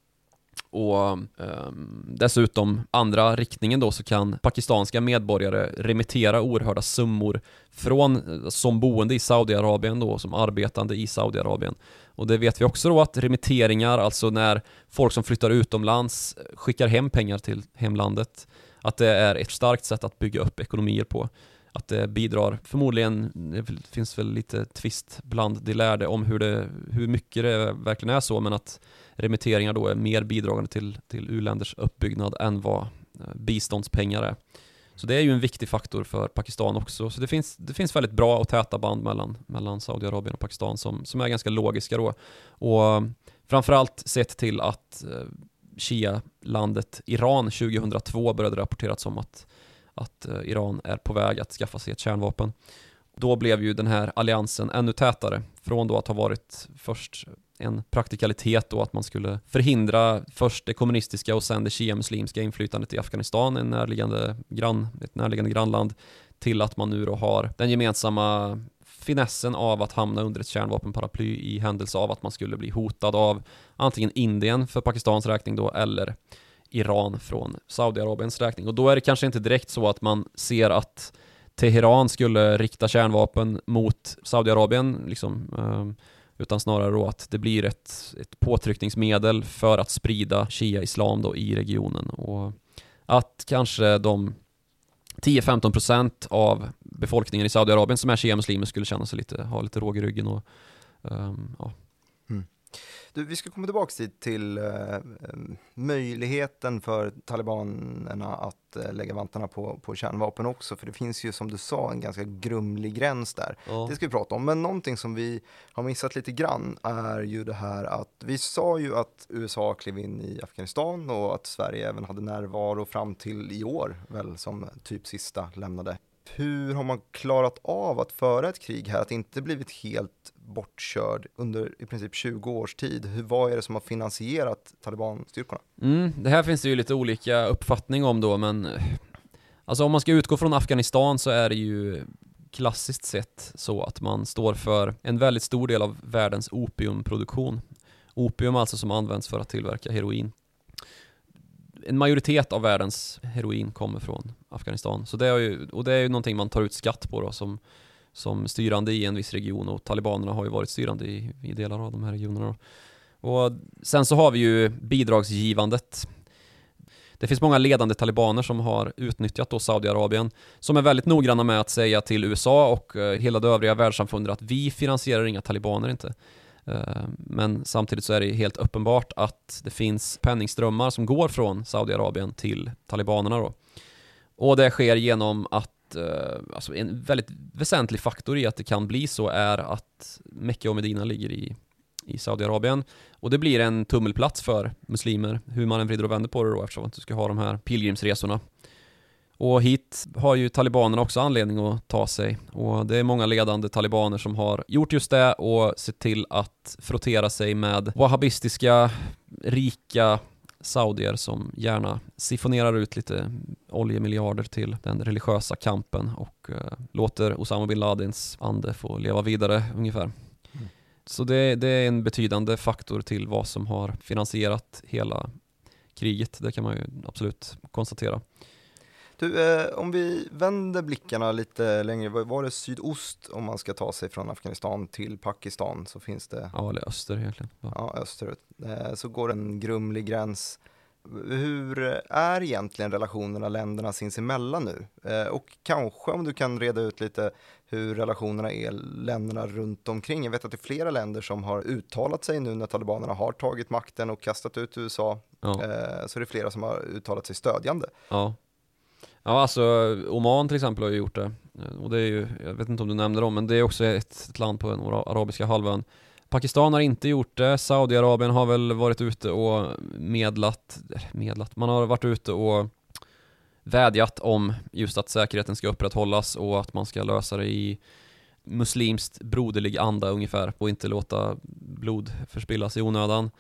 och um, dessutom andra riktningen då så kan pakistanska medborgare remittera oerhörda summor från som boende i Saudiarabien då, som arbetande i Saudiarabien. Och det vet vi också då att remitteringar, alltså när folk som flyttar utomlands skickar hem pengar till hemlandet, att det är ett starkt sätt att bygga upp ekonomier på. Att det bidrar, förmodligen, det finns väl lite tvist bland de lärde om hur, det, hur mycket det verkligen är så, men att remitteringar då är mer bidragande till, till u-länders uppbyggnad än vad biståndspengar är. Så det är ju en viktig faktor för Pakistan också. Så det finns, det finns väldigt bra och täta band mellan, mellan Saudiarabien och Pakistan som, som är ganska logiska då. Och framförallt sett till att eh, Shia-landet Iran tjugohundratvå började rapporterats om att, att eh, Iran är på väg att skaffa sig ett kärnvapen. Då blev ju den här alliansen ännu tätare från då att ha varit först en praktikalitet då att man skulle förhindra först det kommunistiska och sen det shia-muslimska inflytandet i Afghanistan, en närliggande grann, ett närliggande grannland, till att man nu då har den gemensamma finessen av att hamna under ett kärnvapenparaply i händelse av att man skulle bli hotad av antingen Indien för Pakistans räkning då eller Iran från Saudiarabiens räkning. Och då är det kanske inte direkt så att man ser att Teheran skulle rikta kärnvapen mot Saudiarabien liksom, eh, utan snarare då att det blir ett, ett påtryckningsmedel för att sprida Shia-islam då i regionen. Och att kanske de tio till femton procent av befolkningen i Saudiarabien som är Shia-muslimer skulle känna sig lite, ha lite råg i ryggen. Och, um, ja. Mm. Du, vi ska komma tillbaka till, till uh, möjligheten för talibanerna att uh, lägga vantarna på, på kärnvapen också, för det finns ju som du sa en ganska grumlig gräns där. Ja. Det ska vi prata om, men någonting som vi har missat lite grann är ju det här att vi sa ju att U S A klev in i Afghanistan och att Sverige även hade närvaro fram till i år väl som typ sista lämnade. Hur har man klarat av att föra ett krig här, att inte blivit helt bortkörd under i princip tjugo års tid? Hur, vad är det som har finansierat talibanstyrkorna? Mm, det här finns det ju lite olika uppfattning om då, men alltså om man ska utgå från Afghanistan så är det ju klassiskt sett så att man står för en väldigt stor del av världens opiumproduktion. Opium alltså som används för att tillverka heroin. En majoritet av världens heroin kommer från Afghanistan. Så det är ju, och det är ju någonting man tar ut skatt på då, som, som styrande i en viss region, och talibanerna har ju varit styrande i, i delar av de här regionerna då. Och sen så har vi ju bidragsgivandet. Det finns många ledande talibaner som har utnyttjat då Saudiarabien, som är väldigt noggranna med att säga till U S A och hela det övriga världssamfundet att vi finansierar inga talibaner inte. Men samtidigt så är det helt uppenbart att det finns penningströmmar som går från Saudiarabien till talibanerna då. Och det sker genom att, alltså en väldigt väsentlig faktor i att det kan bli så är att Mecka och Medina ligger i, i Saudiarabien. Och det blir en tummelplats för muslimer, hur man än vrider och vänder på det då, eftersom att du ska ha de här pilgrimsresorna. Och hit har ju talibanerna också anledning att ta sig. Och det är många ledande talibaner som har gjort just det och sett till att frottera sig med wahhabistiska, rika saudier som gärna sifonerar ut lite oljemiljarder till den religiösa kampen och uh, låter Osama bin Ladins ande få leva vidare ungefär. Mm. Så det, det är en betydande faktor till vad som har finansierat hela kriget. Det kan man ju absolut konstatera. Du, eh, om vi vänder blickarna lite längre, var det sydost om man ska ta sig från Afghanistan till Pakistan så finns det... Ja, eller öster egentligen. Ja, ja österut. Eh, så går en grumlig gräns. Hur är egentligen relationerna länderna sinsemellan nu? Eh, och kanske om du kan reda ut lite hur relationerna är länderna runt omkring. Jag vet att det är flera länder som har uttalat sig nu när talibanerna har tagit makten och kastat ut U S A. Ja. Eh, så det är flera som har uttalat sig stödjande. Ja. Ja, alltså Oman till exempel har ju gjort det. Och det är ju, jag vet inte om du nämnde dem, men det är också ett, ett land på den arabiska halvön. Pakistan har inte gjort det. Saudiarabien har väl varit ute och medlat, medlat. Man har varit ute och vädjat om just att säkerheten ska upprätthållas och att man ska lösa det i muslimskt broderlig anda ungefär och inte låta blod förspillas i onödan.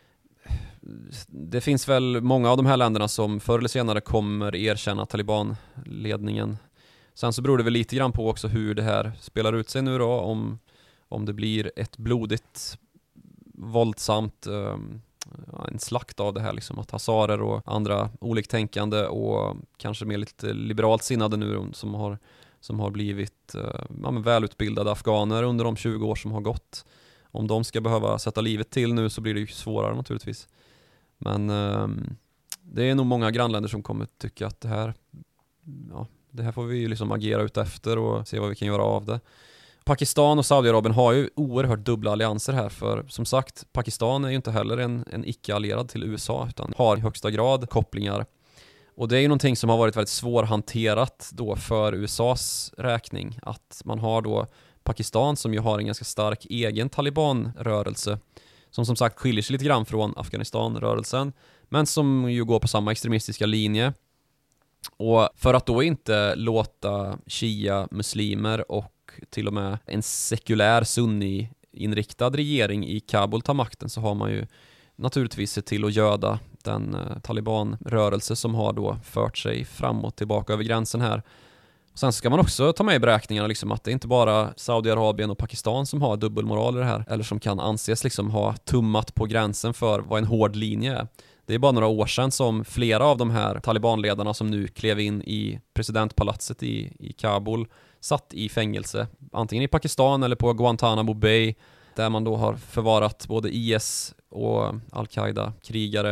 Det finns väl många av de här länderna som förr eller senare kommer erkänna talibanledningen. Sen så beror det väl lite grann på också hur det här spelar ut sig nu då, om, om det blir ett blodigt, våldsamt, um, en slakt av det här liksom, att hazarer och andra oliktänkande och kanske mer lite liberalt sinnade nu som har, som har blivit uh, ja, men välutbildade afghaner under de tjugo år som har gått. Om de ska behöva sätta livet till nu så blir det ju svårare naturligtvis. Men um, det är nog många grannländer som kommer tycka att det här, ja, det här får vi ju liksom agera ut efter och se vad vi kan göra av det. Pakistan och Saudiarabien har ju oerhört dubbla allianser här, för som sagt, Pakistan är ju inte heller en, en icke-allierad till U S A utan har i högsta grad kopplingar. Och det är ju någonting som har varit väldigt svårhanterat då för U S A:s räkning, att man har då Pakistan som ju har en ganska stark egen talibanrörelse som som sagt skiljer sig lite grann från Afghanistan-rörelsen, men som ju går på samma extremistiska linje. Och för att då inte låta shia-muslimer och till och med en sekulär sunni-inriktad regering i Kabul ta makten, så har man ju naturligtvis sett till att göda den eh, talibanrörelse som har då fört sig fram och tillbaka över gränsen här. Sen ska man också ta med i beräkningarna liksom att det är inte bara Saudiarabien och Pakistan som har dubbelmoral i det här, eller som kan anses liksom ha tummat på gränsen för vad en hård linje är. Det är bara några år sedan som flera av de här talibanledarna som nu klev in i presidentpalatset i, i Kabul satt i fängelse, antingen i Pakistan eller på Guantanamo Bay, där man då har förvarat både I S och Al-Qaida-krigare.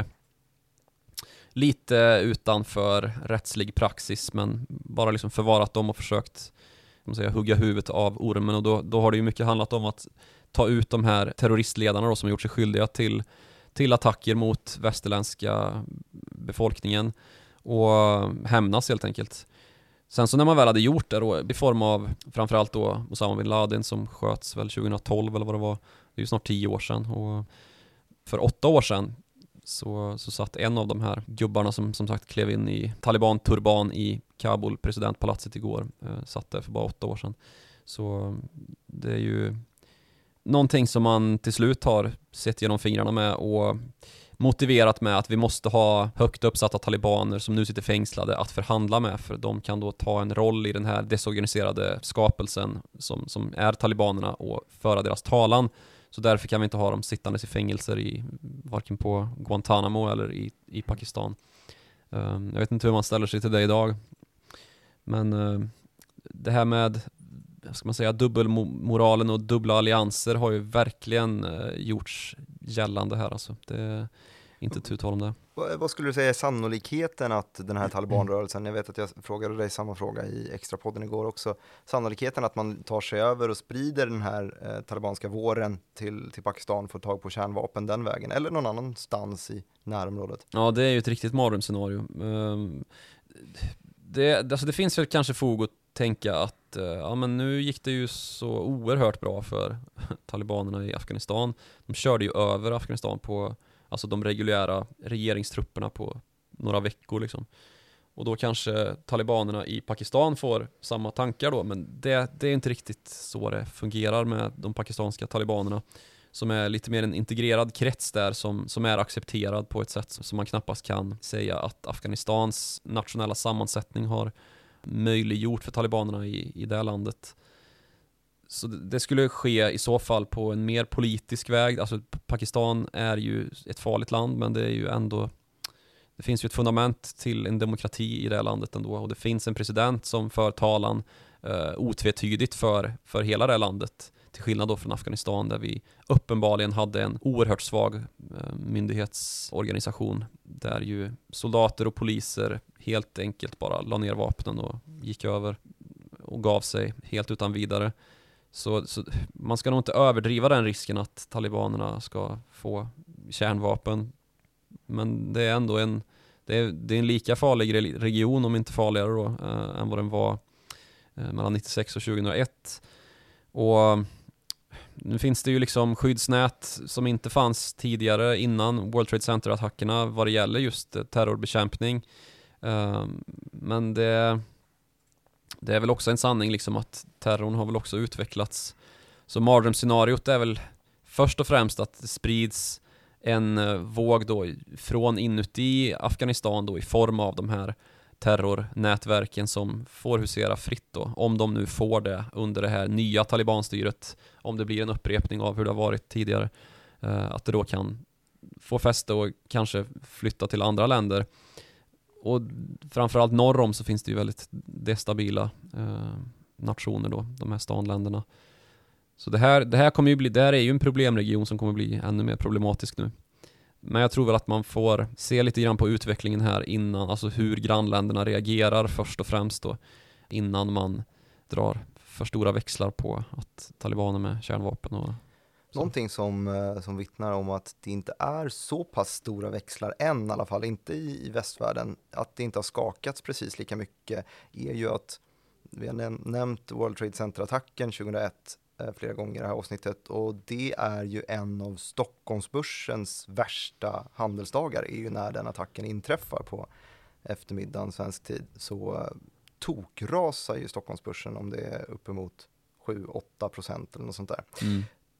Lite utanför rättslig praxis, men bara liksom förvarat dem och försökt kan man säga, hugga huvudet av ormen. Och då, då har det ju mycket handlat om att ta ut de här terroristledarna då, som har gjort sig skyldiga till, till attacker mot västerländska befolkningen och hämnas helt enkelt. Sen så när man väl hade gjort det då, i form av framförallt då Osama bin Laden som sköts väl tjugohundratolv eller vad det var, det är ju snart tio år sedan, och för åtta år sedan Så, så satt en av de här gubbarna som som sagt klev in i Taliban-turban i Kabul, presidentpalatset igår, eh, satt där för bara åtta år sedan. Så det är ju någonting som man till slut har sett genom fingrarna med och motiverat med att vi måste ha högt uppsatta talibaner som nu sitter fängslade att förhandla med, för de kan då ta en roll i den här desorganiserade skapelsen som, som är talibanerna och föra deras talan. Så därför kan vi inte ha dem sittandes i fängelser i, varken på Guantanamo eller i, i Pakistan. Um, jag vet inte hur man ställer sig till det idag. Men uh, det här med, ska man säga, dubbelmoralen och dubbla allianser har ju verkligen uh, gjorts gällande här. Alltså. Det är inte tu tal om det. Vad skulle du säga är sannolikheten att den här talibanrörelsen, jag vet att jag frågade dig samma fråga i extrapodden igår också, sannolikheten att man tar sig över och sprider den här eh, talibanska våren till, till Pakistan, får tag på kärnvapen den vägen, eller någon annanstans i närområdet? Ja, det är ju ett riktigt mardrömsscenario. Um, det, alltså det finns väl kanske fog att tänka att uh, ja, men nu gick det ju så oerhört bra för talibanerna i Afghanistan. De körde ju över Afghanistan på, alltså de reguljära regeringstrupperna på några veckor liksom. Och då kanske talibanerna i Pakistan får samma tankar då, men det, det är inte riktigt så det fungerar med de pakistanska talibanerna, som är lite mer en integrerad krets där som, som är accepterad på ett sätt som man knappast kan säga att Afghanistans nationella sammansättning har möjliggjort för talibanerna i, i det landet. Så det skulle ske i så fall på en mer politisk väg. Alltså Pakistan är ju ett farligt land, men det är ju ändå, det finns ju ett fundament till en demokrati i det landet ändå, och det finns en president som för talan eh, otvetydigt för, för hela det landet, till skillnad då från Afghanistan där vi uppenbarligen hade en oerhört svag eh, myndighetsorganisation där ju soldater och poliser helt enkelt bara la ner vapnen och gick över och gav sig helt utan vidare. Så, så man ska nog inte överdriva den risken att talibanerna ska få kärnvapen. Men det är ändå en, det är, det är en lika farlig region, om inte farligare då, eh, än vad den var eh, mellan nittiosex och tjugohundraett. Och nu finns det ju liksom skyddsnät som inte fanns tidigare innan World Trade Center-attackerna vad det gäller just terrorbekämpning. Eh, men det... Det är väl också en sanning liksom att terrorn har väl också utvecklats. Så mardrömsscenariot är väl först och främst att det sprids en våg då från inuti Afghanistan då i form av de här terrornätverken som får husera fritt då, om de nu får det under det här nya talibanstyret, om det blir en upprepning av hur det har varit tidigare, att det då kan få fäste och kanske flytta till andra länder. Och framförallt norr om så finns det ju väldigt destabila eh, nationer då, de här stanländerna. Så det här, det här kommer ju bli, det här är ju en problemregion som kommer bli ännu mer problematisk nu. Men jag tror väl att man får se lite grann på utvecklingen här innan, alltså hur grannländerna reagerar först och främst då, innan man drar för stora växlar på att talibaner med kärnvapen och någonting som, som vittnar om att det inte är så pass stora växlar än, i alla fall inte i, i västvärlden, att det inte har skakats precis lika mycket, är ju att vi har näm- nämnt World Trade Center-attacken tjugohundraett eh, flera gånger i det här avsnittet, och det är ju en av Stockholmsbörsens värsta handelsdagar, är ju när den attacken inträffar på eftermiddagen svensk tid. Så eh, tokrasar ju Stockholmsbörsen om det är uppemot sju åtta procent eller något sånt där. Mm.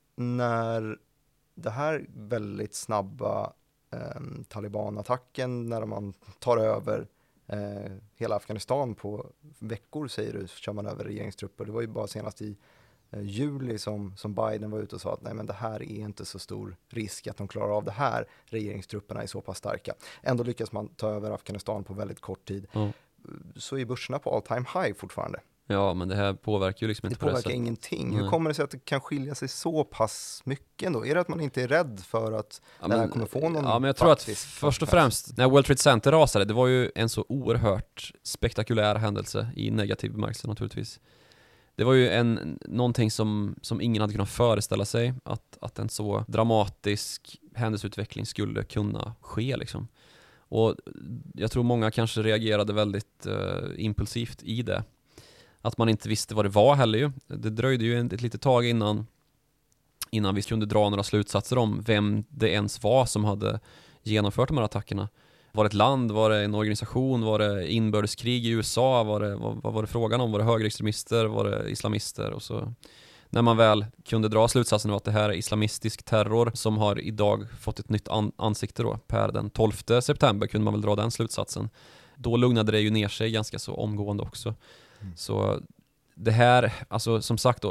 När det här väldigt snabba eh, Taliban-attacken, när man tar över eh, hela Afghanistan på veckor, säger du, så kör man över regeringstrupper. Det var ju bara senast i eh, juli som, som Biden var ute och sa att nej, men det här är inte så stor risk att de klarar av det här. Regeringstrupperna är så pass starka. Ändå lyckas man ta över Afghanistan på väldigt kort tid. Mm. Så är börserna på all time high fortfarande. Ja, men det här påverkar ju liksom inte det på det påverkar sättet. ingenting. Nej. Hur kommer det sig att det kan skilja sig så pass mycket ändå? Är det att man inte är rädd för att ja, det här kommer få någon? Ja, men jag tror att först och främst, när World Trade Center rasade, det var ju en så oerhört spektakulär händelse i negativ bemärkelse naturligtvis. Det var ju en, någonting som, som ingen hade kunnat föreställa sig, att, att en så dramatisk händelseutveckling skulle kunna ske liksom. Och jag tror många kanske reagerade väldigt uh, impulsivt i det. Att man inte visste vad det var heller ju. Det dröjde ju ett litet tag innan, innan vi kunde dra några slutsatser om vem det ens var som hade genomfört de här attackerna. Var det ett land? Var det en organisation? Var det inbördeskrig i U S A? Var det, vad, vad var det frågan om? Var det högerextremister? Var det islamister? Och så, när man väl kunde dra slutsatsen av att det här är islamistisk terror som har idag fått ett nytt an- ansikte då, per den tolfte september kunde man väl dra den slutsatsen. Då lugnade det ju ner sig ganska så omgående också. Mm. Så det här, alltså som sagt då,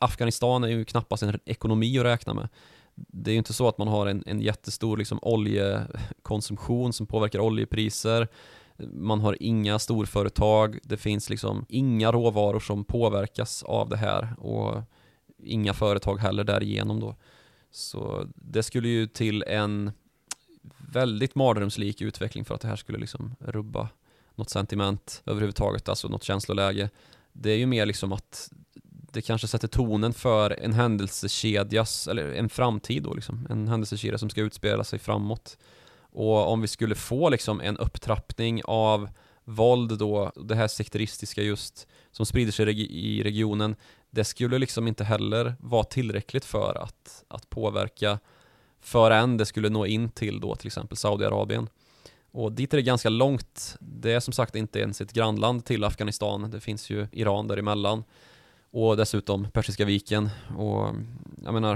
Afghanistan är ju knappast en ekonomi att räkna med. Det är ju inte så att man har en, en jättestor liksom oljekonsumtion som påverkar oljepriser. Man har inga storföretag. Det finns liksom inga råvaror som påverkas av det här. Och inga företag heller därigenom då. Så det skulle ju till en väldigt mardrömslik utveckling för att det här skulle liksom rubba något sentiment överhuvudtaget, alltså något känsloläge. Det är ju mer liksom att det kanske sätter tonen för en händelsekedjas, eller en framtid då liksom, en händelsekedja som ska utspela sig framåt. Och om vi skulle få liksom en upptrappning av våld då, det här sekteristiska just som sprider sig regi- i regionen, det skulle liksom inte heller vara tillräckligt för att, att påverka förrän det skulle nå in till då till exempel Saudiarabien. Och dit är det ganska långt. Det är som sagt inte ens ett grannland till Afghanistan. Det finns ju Iran däremellan. Och dessutom Persiska viken. Och jag menar,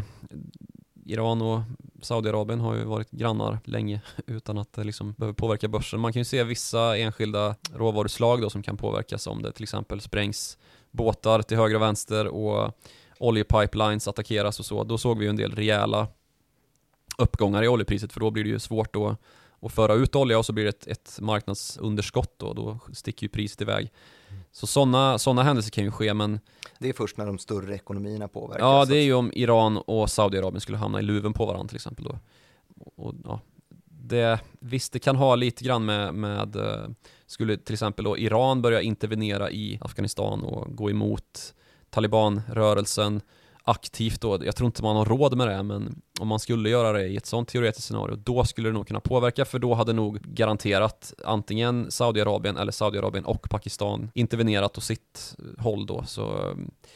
Iran och Saudiarabien har ju varit grannar länge utan att det liksom behöver påverka börsen. Man kan ju se vissa enskilda råvaruslag då som kan påverkas om det till exempel sprängs båtar till höger och vänster och oljepipelines attackeras och så. Då såg vi ju en del rejäla uppgångar i oljepriset, för då blir det ju svårt då att föra ut olja och så blir det ett, ett marknadsunderskott då, då sticker ju priset iväg. Mm. Så sådana såna händelser kan ju ske, men det är först när de större ekonomierna påverkas. Ja, det är ju om Iran och Saudiarabien skulle hamna i luven på varandra till exempel då. Och, ja, det, visst, det kan ha lite grann med, med skulle till exempel då Iran börja intervenera i Afghanistan och gå emot Taliban-rörelsen aktivt då. Jag tror inte man har råd med det, men om man skulle göra det i ett sånt teoretiskt scenario, då skulle det nog kunna påverka, för då hade nog garanterat antingen Saudiarabien eller Saudiarabien och Pakistan intervenerat åt sitt håll då, så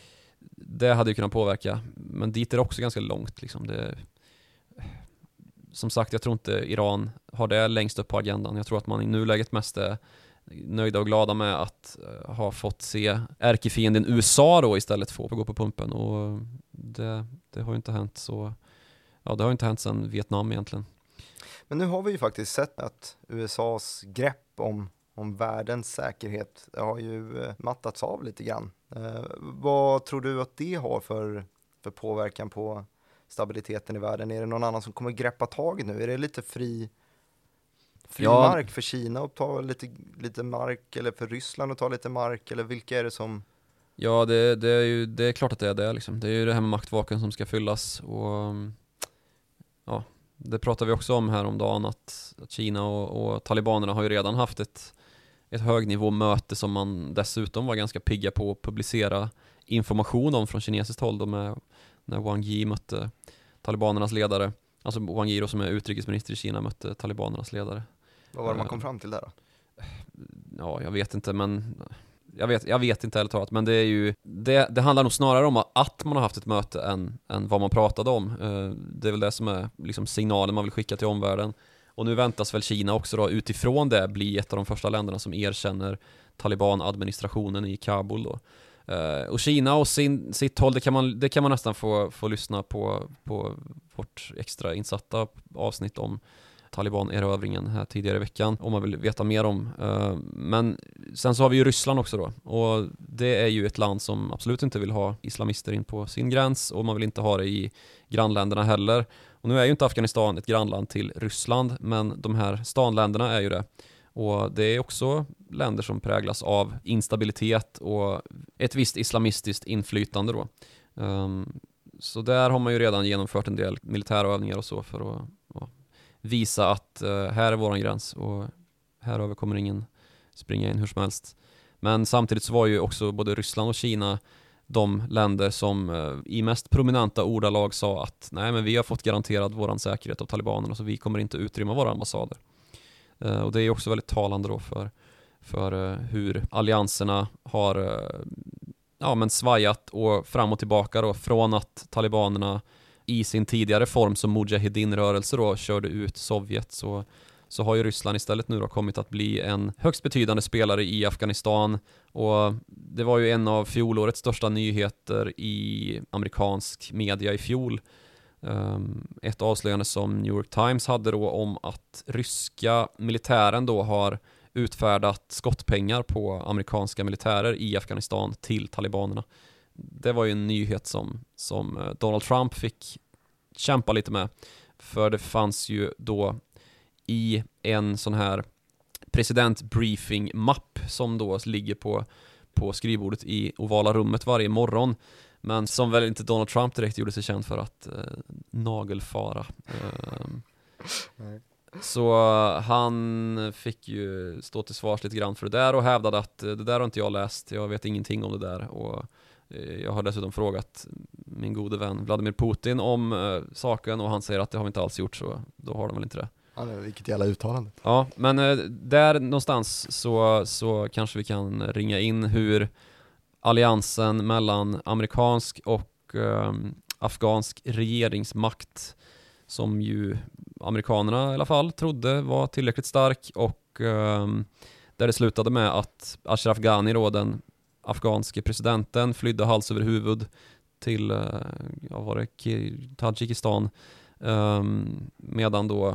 det hade ju kunnat påverka, men dit är det också ganska långt liksom. Det, som sagt, jag tror inte Iran har det längst upp på agendan. Jag tror att man i nuläget mest är nöjda och glada med att uh, ha fått se ärkefienden U S A då istället få gå på pumpen, och det, det har ju inte hänt så ja, det har inte hänt sedan Vietnam egentligen. Men nu har vi ju faktiskt sett att U S A:s grepp om, om världens säkerhet har ju uh, mattats av lite grann. Uh, vad tror du att det har för, för påverkan på stabiliteten i världen? Är det någon annan som kommer greppa tag nu? Är det lite fri Fri ja. mark för Kina att ta lite, lite mark, eller för Ryssland att ta lite mark, eller vilka är det som... Ja, det, det, är ju det är klart att det är det liksom. Det är ju det här med maktvaken som ska fyllas, och ja, det pratar vi också om här om dagen, att, att Kina och, och talibanerna har ju redan haft ett, ett högnivåmöte som man dessutom var ganska pigga på att publicera information om från kinesiskt håll då, med, när Wang Yi mötte talibanernas ledare. Alltså Wang Yi då, som är utrikesminister i Kina, mötte talibanernas ledare. Vad var det man kom fram till där då? Ja, jag vet inte, men jag vet, jag vet inte helt talat, men det är ju det, det handlar nog snarare om att man har haft ett möte än, än vad man pratade om. Det är väl det som är liksom signalen man vill skicka till omvärlden. Och nu väntas väl Kina också då utifrån det bli ett av de första länderna som erkänner Taliban-administrationen i Kabul då. Och Kina och sin, sitt håll, det kan man, det kan man nästan få, få lyssna på, på vårt extra insatta avsnitt om Taliban-erövringen här tidigare i veckan, om man vill veta mer om. Men sen så har vi ju Ryssland också då, och det är ju ett land som absolut inte vill ha islamister in på sin gräns, och man vill inte ha det i grannländerna heller. Och nu är ju inte Afghanistan ett grannland till Ryssland, men de här stanländerna är ju det. Och det är också länder som präglas av instabilitet och ett visst islamistiskt inflytande då. Um, så där har man ju redan genomfört en del militärövningar och så för att ja, visa att uh, här är våran gräns och här över kommer ingen springa in hur som helst. Men samtidigt så var ju också både Ryssland och Kina de länder som uh, i mest prominenta ordalag sa att nej, men vi har fått garanterad våran säkerhet av talibanerna, så vi kommer inte utrymma våra ambassader. Uh, och det är också väldigt talande då för, för uh, hur allianserna har uh, ja, men svajat och fram och tillbaka då, från att talibanerna i sin tidigare form som Mujahedin-rörelse då körde ut Sovjet, så, så har ju Ryssland istället nu då kommit att bli en högst betydande spelare i Afghanistan. Och det var ju en av fjolårets största nyheter i amerikansk media i fjol. Um, ett avslöjande som New York Times hade då om att ryska militären då har utfärdat skottpengar på amerikanska militärer i Afghanistan till talibanerna. det var ju en nyhet som, som Donald Trump fick kämpa lite med. För det fanns ju då i en sån här presidentbriefing-mapp som då ligger på, på skrivbordet i ovala rummet varje morgon. Men som väl inte Donald Trump direkt gjorde sig känd för att eh, nagelfara. Eh, så han fick ju stå till svars lite grann för det där och hävdade att det där har inte jag läst, jag vet ingenting om det där. Och eh, jag har dessutom frågat min gode vän Vladimir Putin om eh, saken och han säger att det har vi inte alls gjort, så då har de väl inte det. Ja, vilket jävla uttalande. Ja, men eh, där någonstans så, så kanske vi kan ringa in hur alliansen mellan amerikansk och eh, afghansk regeringsmakt, som ju amerikanerna i alla fall trodde var tillräckligt stark, och eh, där det slutade med att Ashraf Ghani, då, den afghanske presidenten, flydde hals över huvud till eh, ja, var det Tadzjikistan, eh, medan då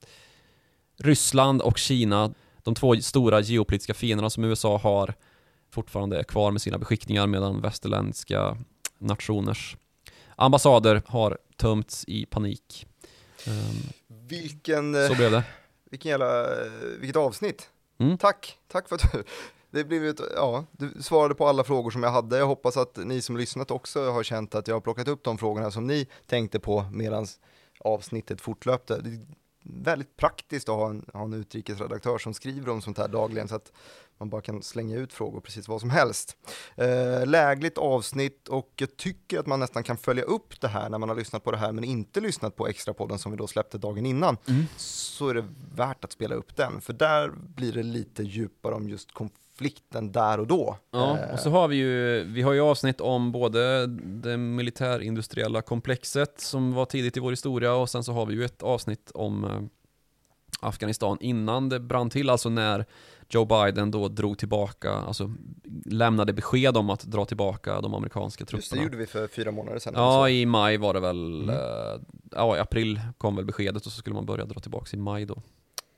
Ryssland och Kina, de två stora geopolitiska fienderna som U S A har, fortfarande är kvar med sina beskickningar, medan västerländska nationers ambassader har tömts i panik. Um, vilken, så blev det. Vilken jävla, vilket avsnitt. Mm. Tack, tack för att du, det blev ett, ja, du svarade på alla frågor som jag hade. Jag hoppas att ni som lyssnat också har känt att jag har plockat upp de frågorna som ni tänkte på medan avsnittet fortlöpte. Det är väldigt praktiskt att ha en, ha en utrikesredaktör som skriver om sånt här dagligen, så att man bara kan slänga ut frågor precis vad som helst. Eh, lägligt avsnitt, och jag tycker att man nästan kan följa upp det här när man har lyssnat på det här men inte lyssnat på extrapodden som vi då släppte dagen innan. Mm. Så är det värt att spela upp den, för där blir det lite djupare om just konflikten där och då. Ja, och så har vi ju vi har ju avsnitt om både det militärindustriella komplexet som var tidigt i vår historia, och sen så har vi ju ett avsnitt om eh, Afghanistan innan det brann till, alltså när Joe Biden då drog tillbaka, alltså lämnade besked om att dra tillbaka de amerikanska trupperna. Just det gjorde vi för fyra månader sedan. Ja, i maj var det väl, mm. eh, ja i april kom väl beskedet, och så skulle man börja dra tillbaka i maj då.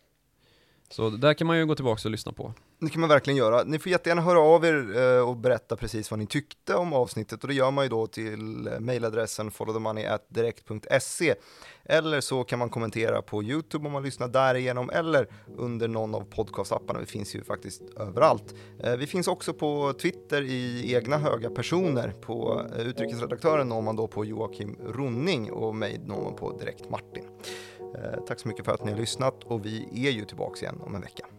Så där kan man ju gå tillbaka och lyssna på. Det kan man verkligen göra. Ni får jättegärna höra av er eh, och berätta precis vad ni tyckte om avsnittet, och det gör man ju då till eh, mailadressen follow the money at direkt punkt se, eller så kan man kommentera på YouTube om man lyssnar därigenom, eller under någon av podcastapparna. Vi finns ju faktiskt överallt. Eh, vi finns också på Twitter i egna höga personer. På eh, utrikesredaktören når man då på Joakim Ronning, och mig når man på Direkt Martin. Eh, tack så mycket för att ni har lyssnat, och vi är ju tillbaka igen om en vecka.